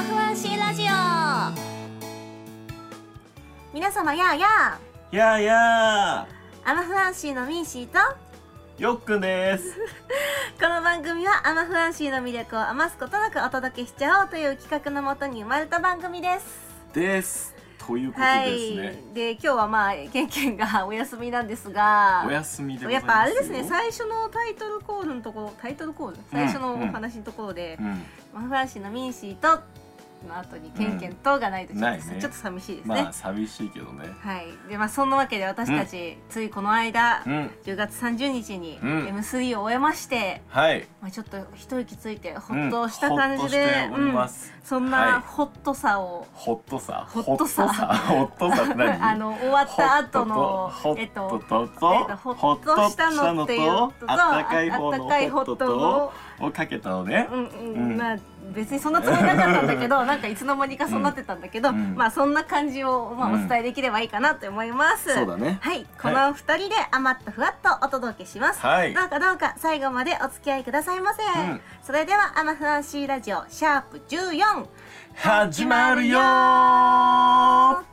マフワンシーラジオ。皆様やあやあ。 やあやアマフアンシーのミンシーとーよっくんですこの番組はアマフアンシーの魅力を余すことなくお届けしちゃおうという企画のもとに生まれた番組ですということはいですね、 で今日はまあケンケンがお休みなんですが、 お休みでございますよ。 やっぱあれですね、最初のタイトルコールのところ、最初のお話のところで、マフアンシーのミンシーとの後にケンケンとがないとちょっと寂しいですね。 まあ寂しいけどね。 はい。でそんなわけで私たち、ついこの間、10月30日に M3 を終えまして、まあちょっと一息ついてほっとした感じで、そんなホットさをホットさって何？ 終わった後のホッとしたのっていうのとあったかい方のホットをかけたのね。 まあ別にそんなつもりなかったんだけど、なんかいつの間にかそうなってたんだけど、まあそんな感じをお伝えできればいいかなと思います。 そうだね。 はい、この2人で余ったふわっとお届けします。どうか最後までお付き合いくださいませ。それではアマフアンシーラジオシャープ14 始まるよー。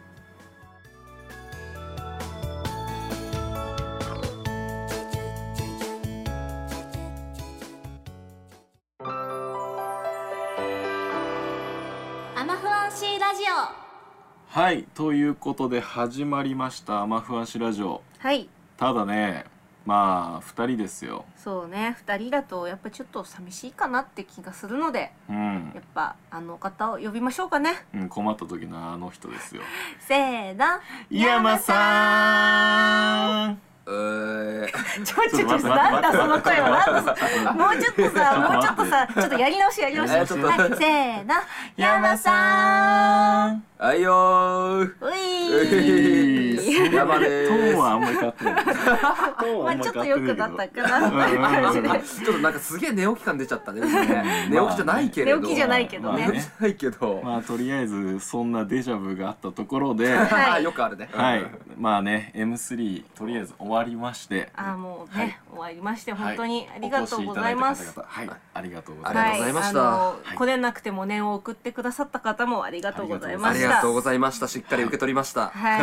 アマフアンシーラジオ。 はい、ということで始まりましたアマフアンシーラジオ。 はい。 ただね、まあ2人ですよ。 そうね、2人だとやっぱちょっと寂しいかなって気がするので、やっぱあの方を呼びましょうかね。 困った時のあの人ですよ。 せーの、 山さん。 ちょっとなんだその声は。もうちょっとさ、ちょっとやり直し。はい、せーの、山さん。 はいよー。 うい。 山でトーンーはあんまり変わってない。 まあちょっと良くなったかなっていう感じで。 す。ちょっとなんかすげえ寝起き感出ちゃったね。寝起きじゃないけれど。 寝起きじゃないけどね。 寝起きじゃないけど。 まあとりあえずそんなデジャブがあったところで、 よくあるね。 はい、まあね M3 とりあえず終わりまして、 もうね終わりまして本当にありがとうございます。 はい、ありがとうございました。 来れなくても念を送ってくださった方もありがとうございました。 ありがとうございました。しっかり受け取りました。 はい。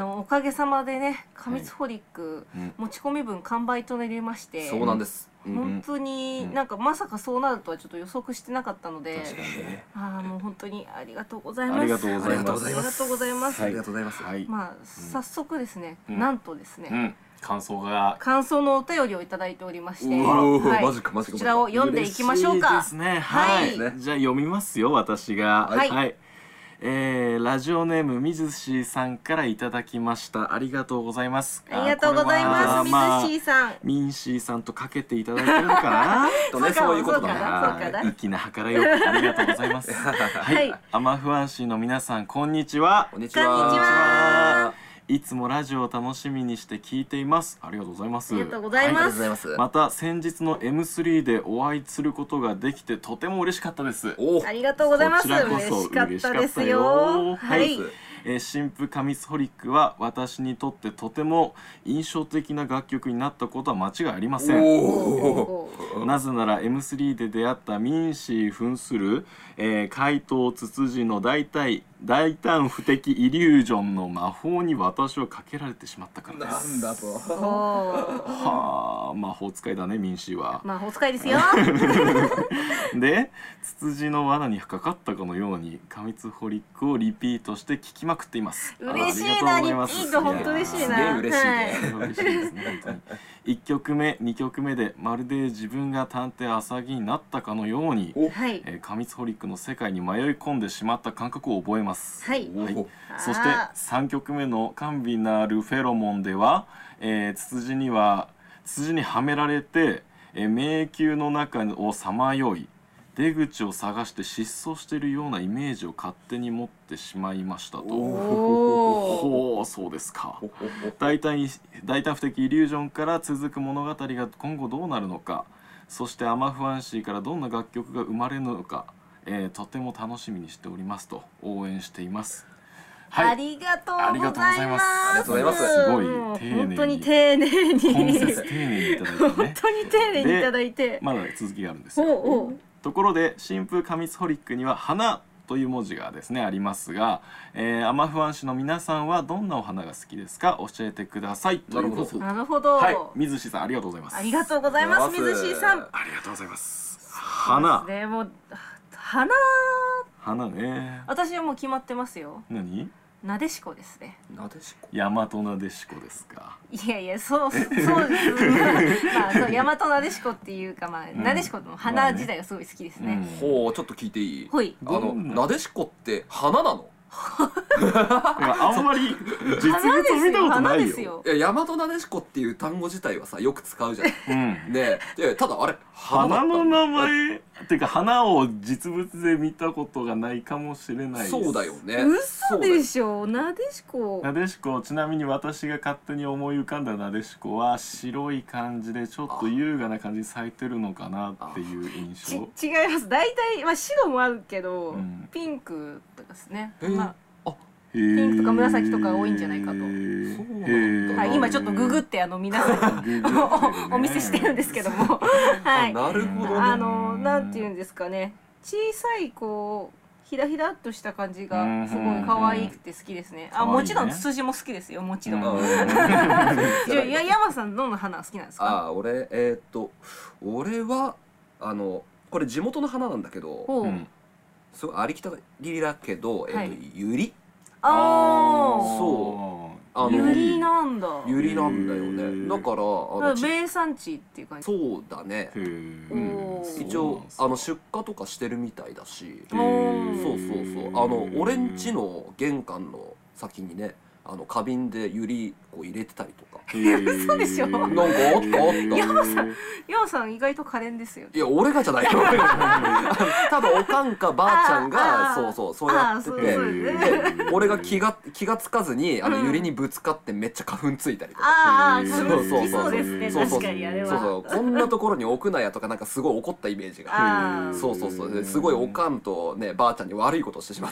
おかげさまでね、過密ホリック持ち込み分完売となりまして、 そうなんです。 本当になんかまさかそうなるとはちょっと予測してなかったので、もう本当にありがとうございます。 ありがとうございます。 ありがとうございます。 ありがとうございます。 まあ早速ですね、なんとですね、 感想のお便りをいただいておりまして、 マジか。こちらを読んでいきましょうか。 嬉しいですね。はい。じゃあ読みますよ私が。はい。ラジオネームみずしーさんからいただきました。ありがとうございます。 ありがとうございます。みずしーさん。 みんしーさんとかけていただいてるのかな。 そういうことだな。粋な計らいをありがとうございます。はい。アマフアンシーの皆さんこんにちは。 こんにちは。 いつもラジオを楽しみにして聞いています。ありがとうございます。 ありがとうございます。 また先日の M3 でお会いすることができてとても嬉しかったです。 ありがとうございます。嬉しかったですよ。はい。 新婦過密ホリックは私にとってとても印象的な楽曲になったことは間違いありません。なぜなら M3 で出会ったミンシー扮する、怪盗ツツジの大胆不敵イリュージョンの魔法に私はかけられてしまったからです。 なんだと。 はあ、魔法使いだねミンシーは。 魔法使いですよ。 でツツジの罠にかかったかのように過密ホリックをリピートして聞きまくっています。 嬉しいな、リピート本当嬉しいな。 すげえ嬉しいね。 嬉しいですね本当に。1曲目2曲目でまるで自分が探偵アサギになったかのように過密ホリックの世界に迷い込んでしまった感覚を覚えます。そして3曲目の甘美なるフェロモンでは、ツツジにはめられて、迷宮の中をさまよい出口を探して失踪しているようなイメージを勝手に持ってしまいましたと。ほう、そうですか。大胆不敵イリュージョンから続く物語が今後どうなるのか、そしてアマフアンシーからどんな楽曲が生まれるのか、とても楽しみにしておりますと応援しています。 ありがとうございます。 ありがとうございます。 すごい丁寧に、 本当に丁寧に、 本当に丁寧にいただいてね。 本当に丁寧にいただいて、 まだ続きがあるんですよ。とところで新風過密ホリックには花という文字がですねありますが、アマフアン市の皆さんはどんなお花が好きですか、教えてください。 なるほど。 はい、水志さんありがとうございます。 ありがとうございます。水志さんありがとうございます。花ね、もう花ね。 私はもう決まってますよ。 何？ なでしこですね。 なでしこ。 大和なでしこですか。 いやいや、そうです。まあそう大和なでしこっていうか、まあなでしこの花自体がすごい好きですね。 ほう、ちょっと聞いていい？ はい。 なでしこって花なの？ あんまり実物見たことないよ。 いや、大和なでしこっていう単語自体はさよく使うじゃん。ねえ、ただあれ花の名前っていうか花を実物で見たことがないかもしれない。 そうだよね。 嘘でしょ。なでしこ。 なでしこ、ちなみに私が勝手に思い浮かんだなでしこは白い感じでちょっと優雅な感じに咲いてるのかなっていう印象。 違います。大体まあ白もあるけど、ピンクとかですね。ピンクとか紫とか多いんじゃないかと。はい、今ちょっとググって皆さんにお見せしてるんですけども、はい。 なるほど。 なんていうんですかね、小さいこうひらひらっとした感じがすごい可愛くて好きですね。もちろんツツジも好きですよ、もちろん。山さんどんな花好きなんですか？ 俺はこれ地元の花なんだけど、すごいありきたりだけど、ユリ。そう、 ユリなんだ。 ユリなんだよね。だから名産地っていう感じ。 そうだね。一応出荷とかしてるみたいだし、そう俺ん家の玄関の先にね、花瓶でユリを入れてたりとか。 そうでしょ。 なんかあった山さん意外と可憐ですよ。 いや、俺がじゃないよ。多分おかんかばあちゃんがそうやってて、で俺が気がつかずにユリにぶつかってめっちゃ花粉ついたりとか。 そうですね。確かにあれは。 こんなところに置くなやとかなんかすごい怒ったイメージが。すごいおかんとねばあちゃんに悪いことしてしまった。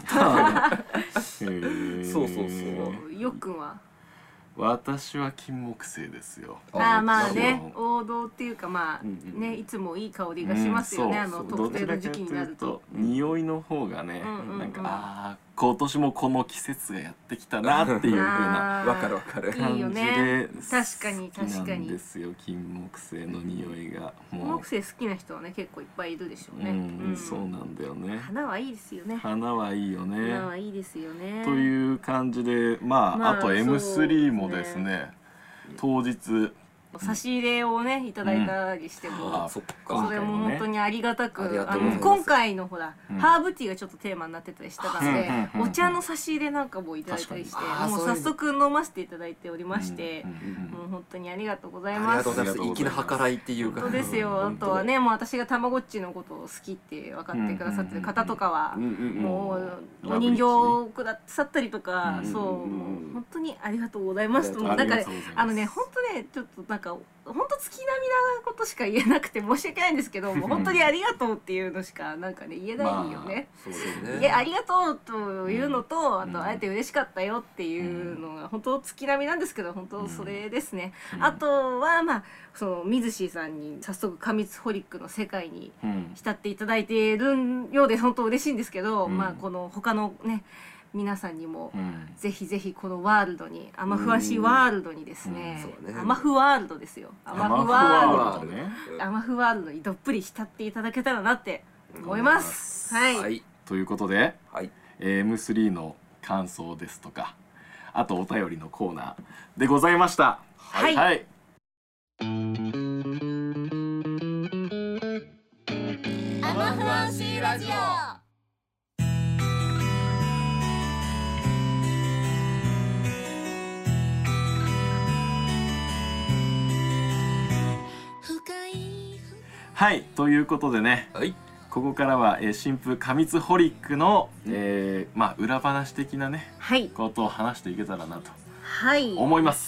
よっくんは？ 私は金木犀ですよ。 まあね、王道っていうかまあね、いつもいい香りがしますよね。特定の時期になると匂いの方がね、なんか今年もこの季節がやってきたなっていう風なわかるいいよね。確かに好きなんですよ、金木犀の匂いが。 金木犀好きな人はね結構いっぱいいるでしょうね。 そうなんだよね。 花はいいですよね。 花はいいよね。 花はいいですよね。 という感じで、あと M3 もですね、当日差し入れをねいただいたりしても、それも本当にありがたく、今回のほらハーブティーがちょっとテーマになってたりしたので、お茶の差し入れなんかもいただいたりして、もう早速飲ませていただいておりまして、もう本当にありがとうございます。 粋な計らいっていうか。 本当ですよ。あとはね、もう私がたまごっちのことを好きって分かってくださってる方とかは、もうお人形をくださったりとか、そうもう本当にありがとうございますと。なんかね、本当ねちょっとなんか本当月並みなことしか言えなくて申し訳ないんですけど、もう本当にありがとうっていうのしかなんかね言えないよね。ありがとうというのと、あとあえて嬉しかったよっていうのが本当月並みなんですけど、本当それですね。あとはその水志さんに早速過密ホリックの世界に浸っていただいているようで本当嬉しいんですけど、この他のね皆さんにもぜひぜひこのワールドに、アマフアシワールドにですね、アマフワールドですよ、アマフワールドにどっぷり浸っていただけたらなって思います。はい。 ということで M3 の感想ですとか、あとお便りのコーナーでございました。はい。 アマフアシラジオ。 はい、ということでね、ここからは新風過密ホリックの裏話的なねことを話していけたらなと思います。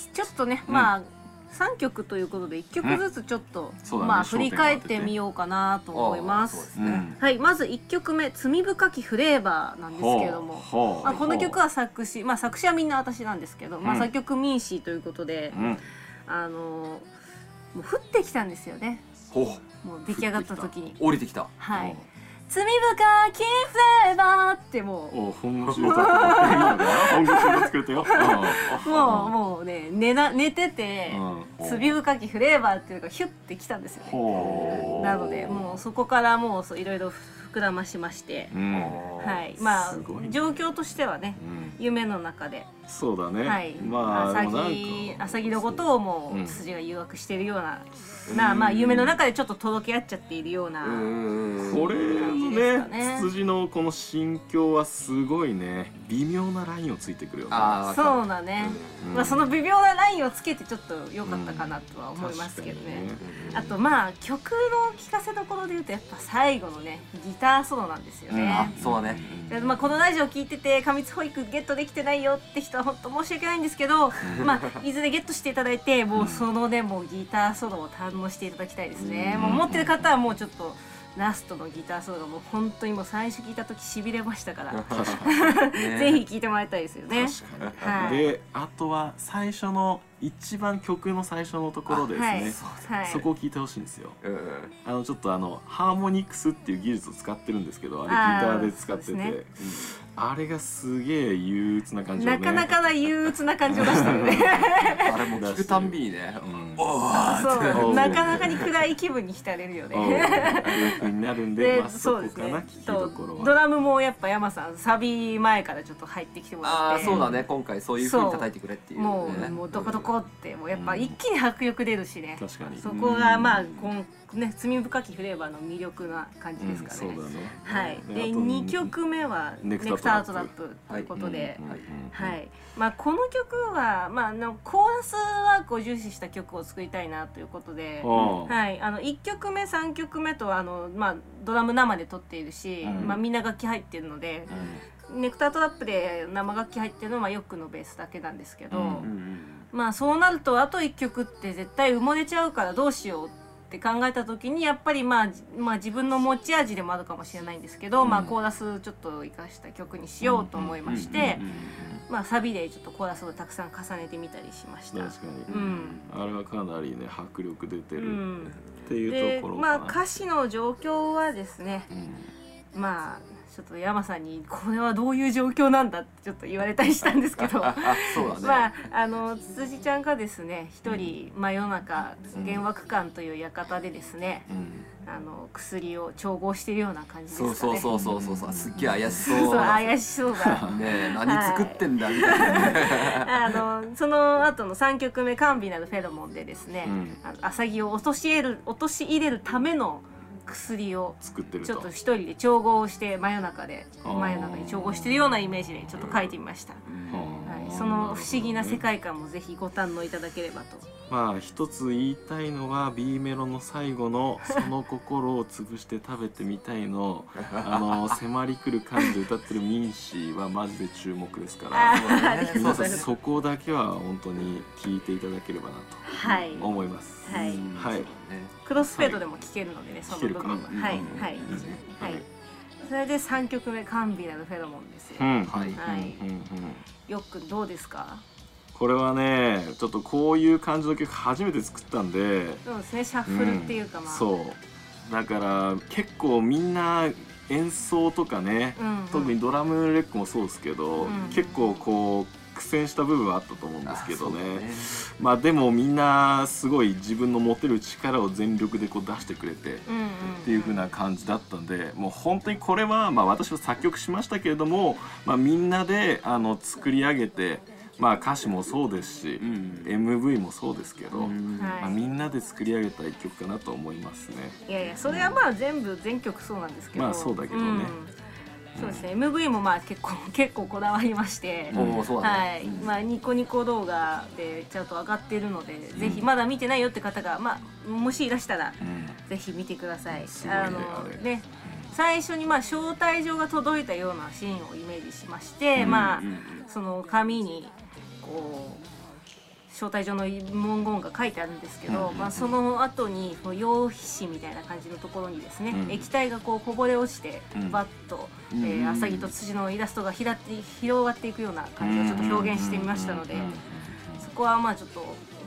ちょっとね、3曲ということで1曲ずつちょっと振り返ってみようかなと思います。はい、まず1曲目「罪深きフレーバー」なんですけれども、この曲は作詞はみんな私なんですけど、作曲ミンシーということで、もう降ってきたんですよね。 もう出来上がった時に降りてきた。 はい。罪深きフレーバーってもう本腰を歌って本腰を歌ってくれたよ。 もうね寝てて罪深きフレーバーっていうのがヒュッてきたんですよね。なのでもうそこからもういろいろ膨らましまして、はい、まあ状況としてはね、夢の中でそうだね、 はい、まあ朝木のことをもう筋が誘惑しているようなまあ夢の中でちょっと届け合っちゃっているようなこれのね、ツツジのこの心境はすごいね、微妙なラインをついてくるよね。 そうだね、まあその微妙なラインをつけてちょっと良かったかなとは思いますけどね。あとまあ曲の聴かせどころで言うとやっぱ最後のねギターソロなんですよね。 そうだね。 まあこのラジオ聴いてて過密保育ゲットできてないよって人は本当申し訳ないんですけど、まあいずれゲットしていただいて、もうそのねもうギターソロを堪能していただきたいですね。もう持ってる方はもうちょっとラストのギターソロがもう本当にもう最初聞いた時しびれましたからぜひ聴いてもらいたいですよね。 はい、であとは最初の一番曲の最初のところですね、そこを聴いてほしいんですよ。ちょっとハーモニクスっていう技術を使ってるんですけど、あれギターで使ってて、あれがすげえ憂鬱な感じをね、 なかなかな憂鬱な感じを出したよねあれも聞くたんびにね、 そうなかなかに暗い気分に浸れるよねになるんで、そこかな、聞きどころは。 ドラムもやっぱ山さんサビ前からちょっと入ってきてもらって、 そうだね、今回そういう風に叩いてくれっていう、 もうどこどこってもうやっぱ一気に迫力出るしね、 確かにそこがまあね、罪深きフレーバーの魅力な感じですかね。 そうだね。 はい。で2曲目はネクタートラップということで、はい。まあこの曲はまあコーラスワークを重視した曲を作りたいなということで、はい。1曲目3曲目とまあドラム生で撮っているし、まあみんな楽器入ってるので。ネクタートラップで生楽器入ってるのはヨックのベースだけなんですけど、まあそうなるとあと1曲って絶対埋もれちゃうからどうしようって考えた時にやっぱりまあ自分の持ち味でもあるかもしれないんですけど、まあコーラスちょっと生かした曲にしようと思いまして、まあサビでちょっとコーラスをたくさん重ねてみたりしました。 確かに、あれはかなりね迫力出てるっていうところかな。 まあ歌詞の状況はですね、まあちょっと山さんにこれはどういう状況なんだってちょっと言われたりしたんですけどまあつつじちゃんがですね一人真夜中幻惑館という館でですね、薬を調合してるような感じですかね。 そうすっげえ怪しそう。 怪しそうだねえ、何作ってんだみたいなその後の3曲目「カンビナルフェロモン」でですね、アサギを落とし入れるための薬をちょっと一人で調合して真夜中に調合してるようなイメージでちょっと書いてみました。その不思議な世界観もぜひご堪能いただければと。 まあ一つ言いたいのは B メロの最後の「その心を潰して食べてみたいの」迫り来る感じで歌ってるミンシーはマジで注目ですから皆さんそこだけは本当に聴いていただければなと思います。はい、 クロスフェードでも聴けるのでね、その部分は。はいそれで3曲目「カンビナルフェロモン」ですよ。よくどうですか？ これはねちょっとこういう感じの曲初めて作ったんで、 そうですね、シャッフルっていうか、まあそうだから結構みんな演奏とかね、特にドラムレックもそうですけど、結構こう苦戦した部分はあったと思うんですけどね。まあでもみんなすごい自分の持てる力を全力でこう出してくれてっていう風な感じだったんで、もう本当にこれはまあ私は作曲しましたけれども、まあみんなで作り上げて、まあ歌詞もそうですし、MV もそうですけど、まあみんなで作り上げた一曲かなと思いますね。 いやいや、それはまあ全曲そうなんですけど、 まあそうだけどね。 そうですね、MV もまあ結構こだわりまして、まあニコニコ動画でちゃんと上がってるので、ぜひまだ見てないよって方がまあもしいらしたらぜひ見てください。ね、最初にまあ招待状が届いたようなシーンをイメージしまして、まあその紙にこう招待状の文言が書いてあるんですけど、まあその後に用紙みたいな感じのところにですね、液体がこうこぼれ落ちてバッとアサギとツツジのイラストが広がっていくような感じをちょっと表現してみましたので、そこはまあちょっと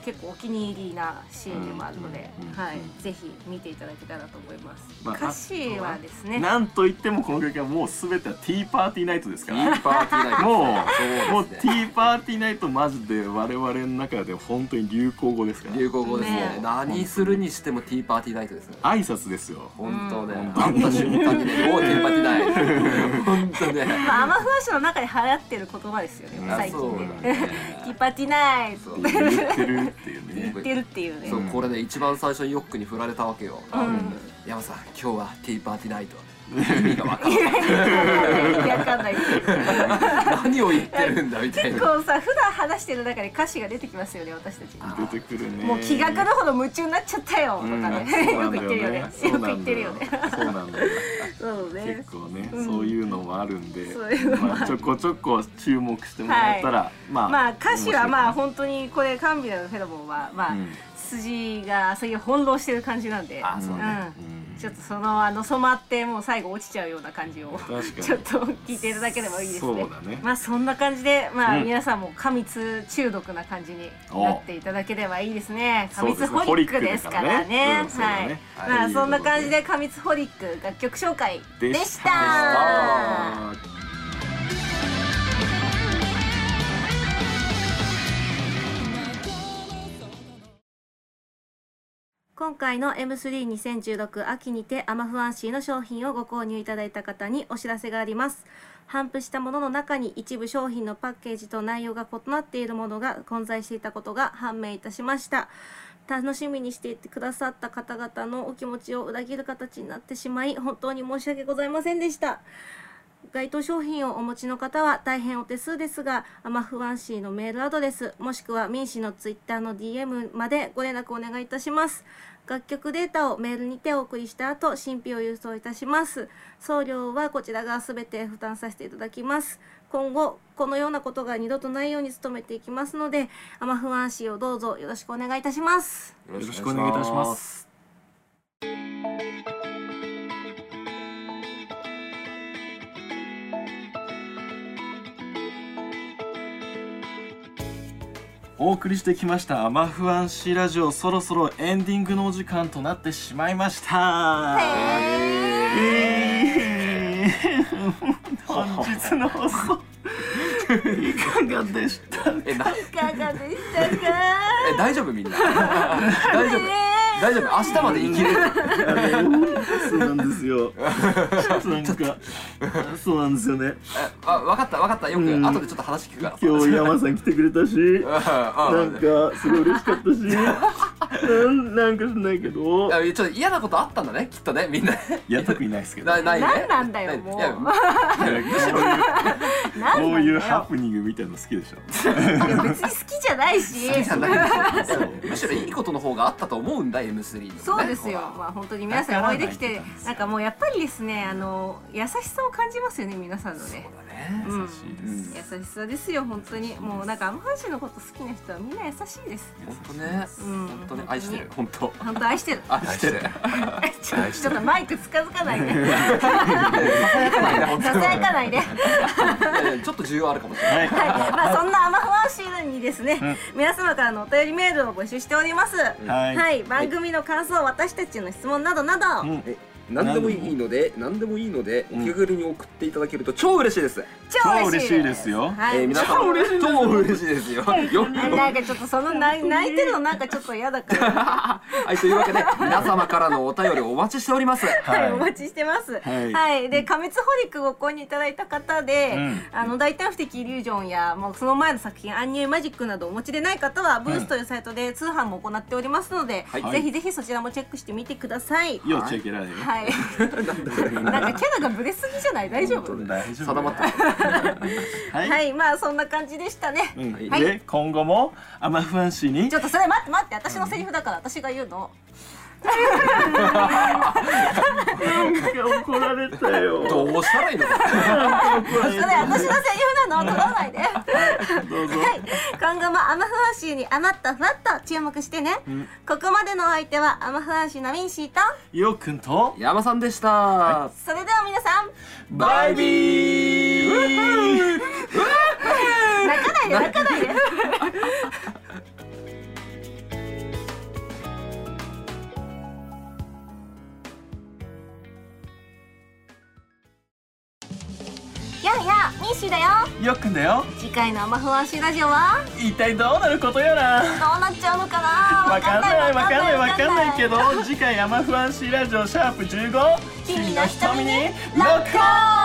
結構お気に入りなシーンでもあるので、はい、ぜひ見ていただけたらと思います。歌詞はですね、 なんといってもこの曲はもうすべてはティーパーティーナイトですから。 ティーパーティーナイト。 もうティーパーティーナイトマジで我々の中で本当に流行語ですから。 流行語ですね。何するにしてもティーパーティーナイトですね。 挨拶ですよ。 本当ね。会った瞬間にね、もうティーパーティーナイト。本当ね。 まあアマフアシの中で流行ってる言葉ですよね。最近ね。ティーパーティーナイト。 言ってるっていうね。 言ってるっていうね。 そう、これね一番最初にヨックに振られたわけよ。山さん、今日はティーパーティーナイト。意味が分かんない。何を言ってるんだみたいな。 結構さ、普段話してる中で歌詞が出てきますよね、私たち。 出てくるね。 もう気が狂うほど夢中になっちゃったよとかね。よく言ってるよね。よく言ってるよね。 そうなんだよ。 そうね。 結構ね、そういうのもあるんで、ちょこちょこ注目してもらったら、 まあ歌詞はまあ本当にこれカンビラのフェロモンはまあ筋がそういう翻弄してる感じなんで。ちょっとその染まってもう最後落ちちゃうような感じをちょっと聞いていただければいいですね。まあそんな感じでまあ皆さんも過蜜中毒な感じになっていただければいいですね。過蜜ホリックですからね。はい。まあそんな感じで過蜜ホリック楽曲紹介でした。今回の M32016 秋にてアマフアンシーの商品をご購入いただいた方にお知らせがあります。頒布したものの中に一部商品のパッケージと内容が異なっているものが混在していたことが判明いたしました。楽しみにしていてくださった方々のお気持ちを裏切る形になってしまい本当に申し訳ございませんでした。該当商品をお持ちの方は大変お手数ですが、アマフアンシーのメールアドレスもしくはミンシーのツイッターの DM までご連絡お願いいたします。楽曲データをメールにてお送りした後、新品を郵送いたします。送料はこちらが全て負担させていただきます。今後このようなことが二度とないように努めていきますので、アマフアンシーをどうぞよろしくお願いいたします。 よろしくお願いいたします。お送りしてきましたアマフアンシーラジオ、そろそろエンディングのお時間となってしまいました。本日の放送いかがでした？ いかがでしたか？ 大丈夫みんな？大丈夫？大丈夫？明日まで生きれる？ そうなんですよ。なんかそうなんですよね。 わかったよく後でちょっと話聞くから。 今日山さん来てくれたし、なんかすごい嬉しかったし、なんかしないけど。 ちょっと嫌なことあったんだね、きっとね、みんな。いや特にないですけど。 ないね。 なんなんだよもう。 こういうハプニングみたいなの好きでしょ。 いや別に好きじゃないし。 むしろいいことの方があったと思うんだ M3 に。 そうですよ。まあ本当に皆さんお会いできて、なんかもうやっぱりですね、優しさを感じますよね、皆さんのね。 優しいです。優しさですよ、本当に。もうなんかアマフアンシーのこと好きな人はみんな優しいです。 本当ね。本当に愛してる。本当愛してる。 愛してる。 ちょっとマイク近づかないで。ささやかないで。 ちょっと需要あるかもしれない。 まあそんなアマフアンシーにですね、皆様からのお便りメールを募集しております。はい、番組の感想、私たちの質問などなど。 何でもいいのでお気軽に送っていただけると超嬉しいです。 超嬉しいですよ。 皆さん超嬉しいですよ。 なんかちょっとその泣いてるのなんかちょっと嫌だから。 はい、というわけで皆様からのお便りをお待ちしております。 はい、お待ちしてます。はい、で過密ホリックご購入いただいた方で、大胆不敵イリュージョンやもうその前の作品アンニュイマジックなどお持ちでない方はブースというサイトで通販も行っておりますので、ぜひぜひそちらもチェックしてみてください。 要チェケラね。 はい。なんかキャラがブレすぎじゃない？大丈夫？ 定まった。 はい、まあそんな感じでしたね。 で今後もアマフアンシーにちょっとそれ待って私のセリフだから私が言うの。 怒られたよ。 どうしたらいいの？それ私のセリフなの、取らないで。 どうぞ。 はい、今後もアマフアンシーに余ったふわっと注目してね。ここまでのお相手はアマフアンシーのミンシーとよくんと山さんでした。 それでは皆さんバイビー。 泣かないで。 ミッシーだよ。 よっくんだよ。 次回のアマフアンシーラジオは一体どうなることやら。 どうなっちゃうのかな。 わかんないけど、次回アマフアンシーラジオシャープ15、君の瞳にロックオン。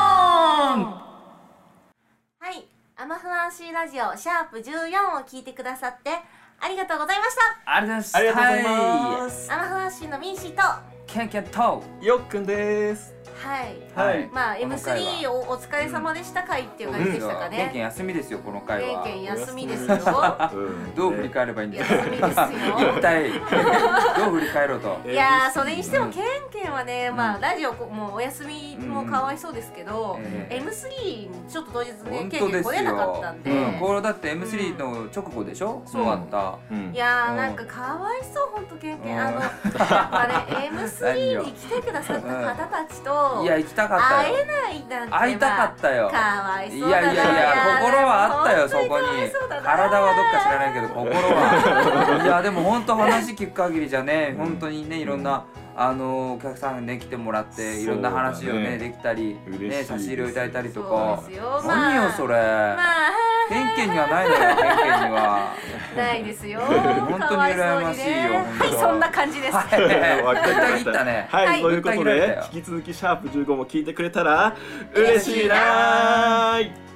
はい、アマフアンシーラジオシャープ14を聞いてくださってありがとうございました。 ありがとうございます。 アマフアンシーのミンシーとケンケンとよっくんです。 はい、まあ M3 お疲れ様でした回っていう感じでしたかね。 ケンケン休みですよ、この回は。 ケンケン休みですよ。 どう振り返ればいいんですか。 休みですよ。 一体どう振り返ろうと。 いやそれにしてもケンケンはね、まあラジオもうお休みもかわいそうですけど、M3 ちょっと当日ねケンケン来れなかったんで。 これだって M3 の直後でしょ。そうあった。 いやなんかかわいそう本当ケンケン。まあね M3 に来てくださった方たちと。 いや行きたかったよ。 会えないなんて。 会いたかったよ。 かわいそうだな。 いや心はあったよそこに。体はどっか知らないけど心は。いやでも本当話聞く限りじゃね、本当にねいろんなお客さんね来てもらっていろんな話をねできたりね差し入れをいただいたりとか。何よそれ。ケンケンにはないのよ。ケンケンにはないですよ。 本当に羨ましいよ。 はい、そんな感じです。 絶対切ったね。 はい、ということで引き続きシャープ15も聞いてくれたら嬉しいなー。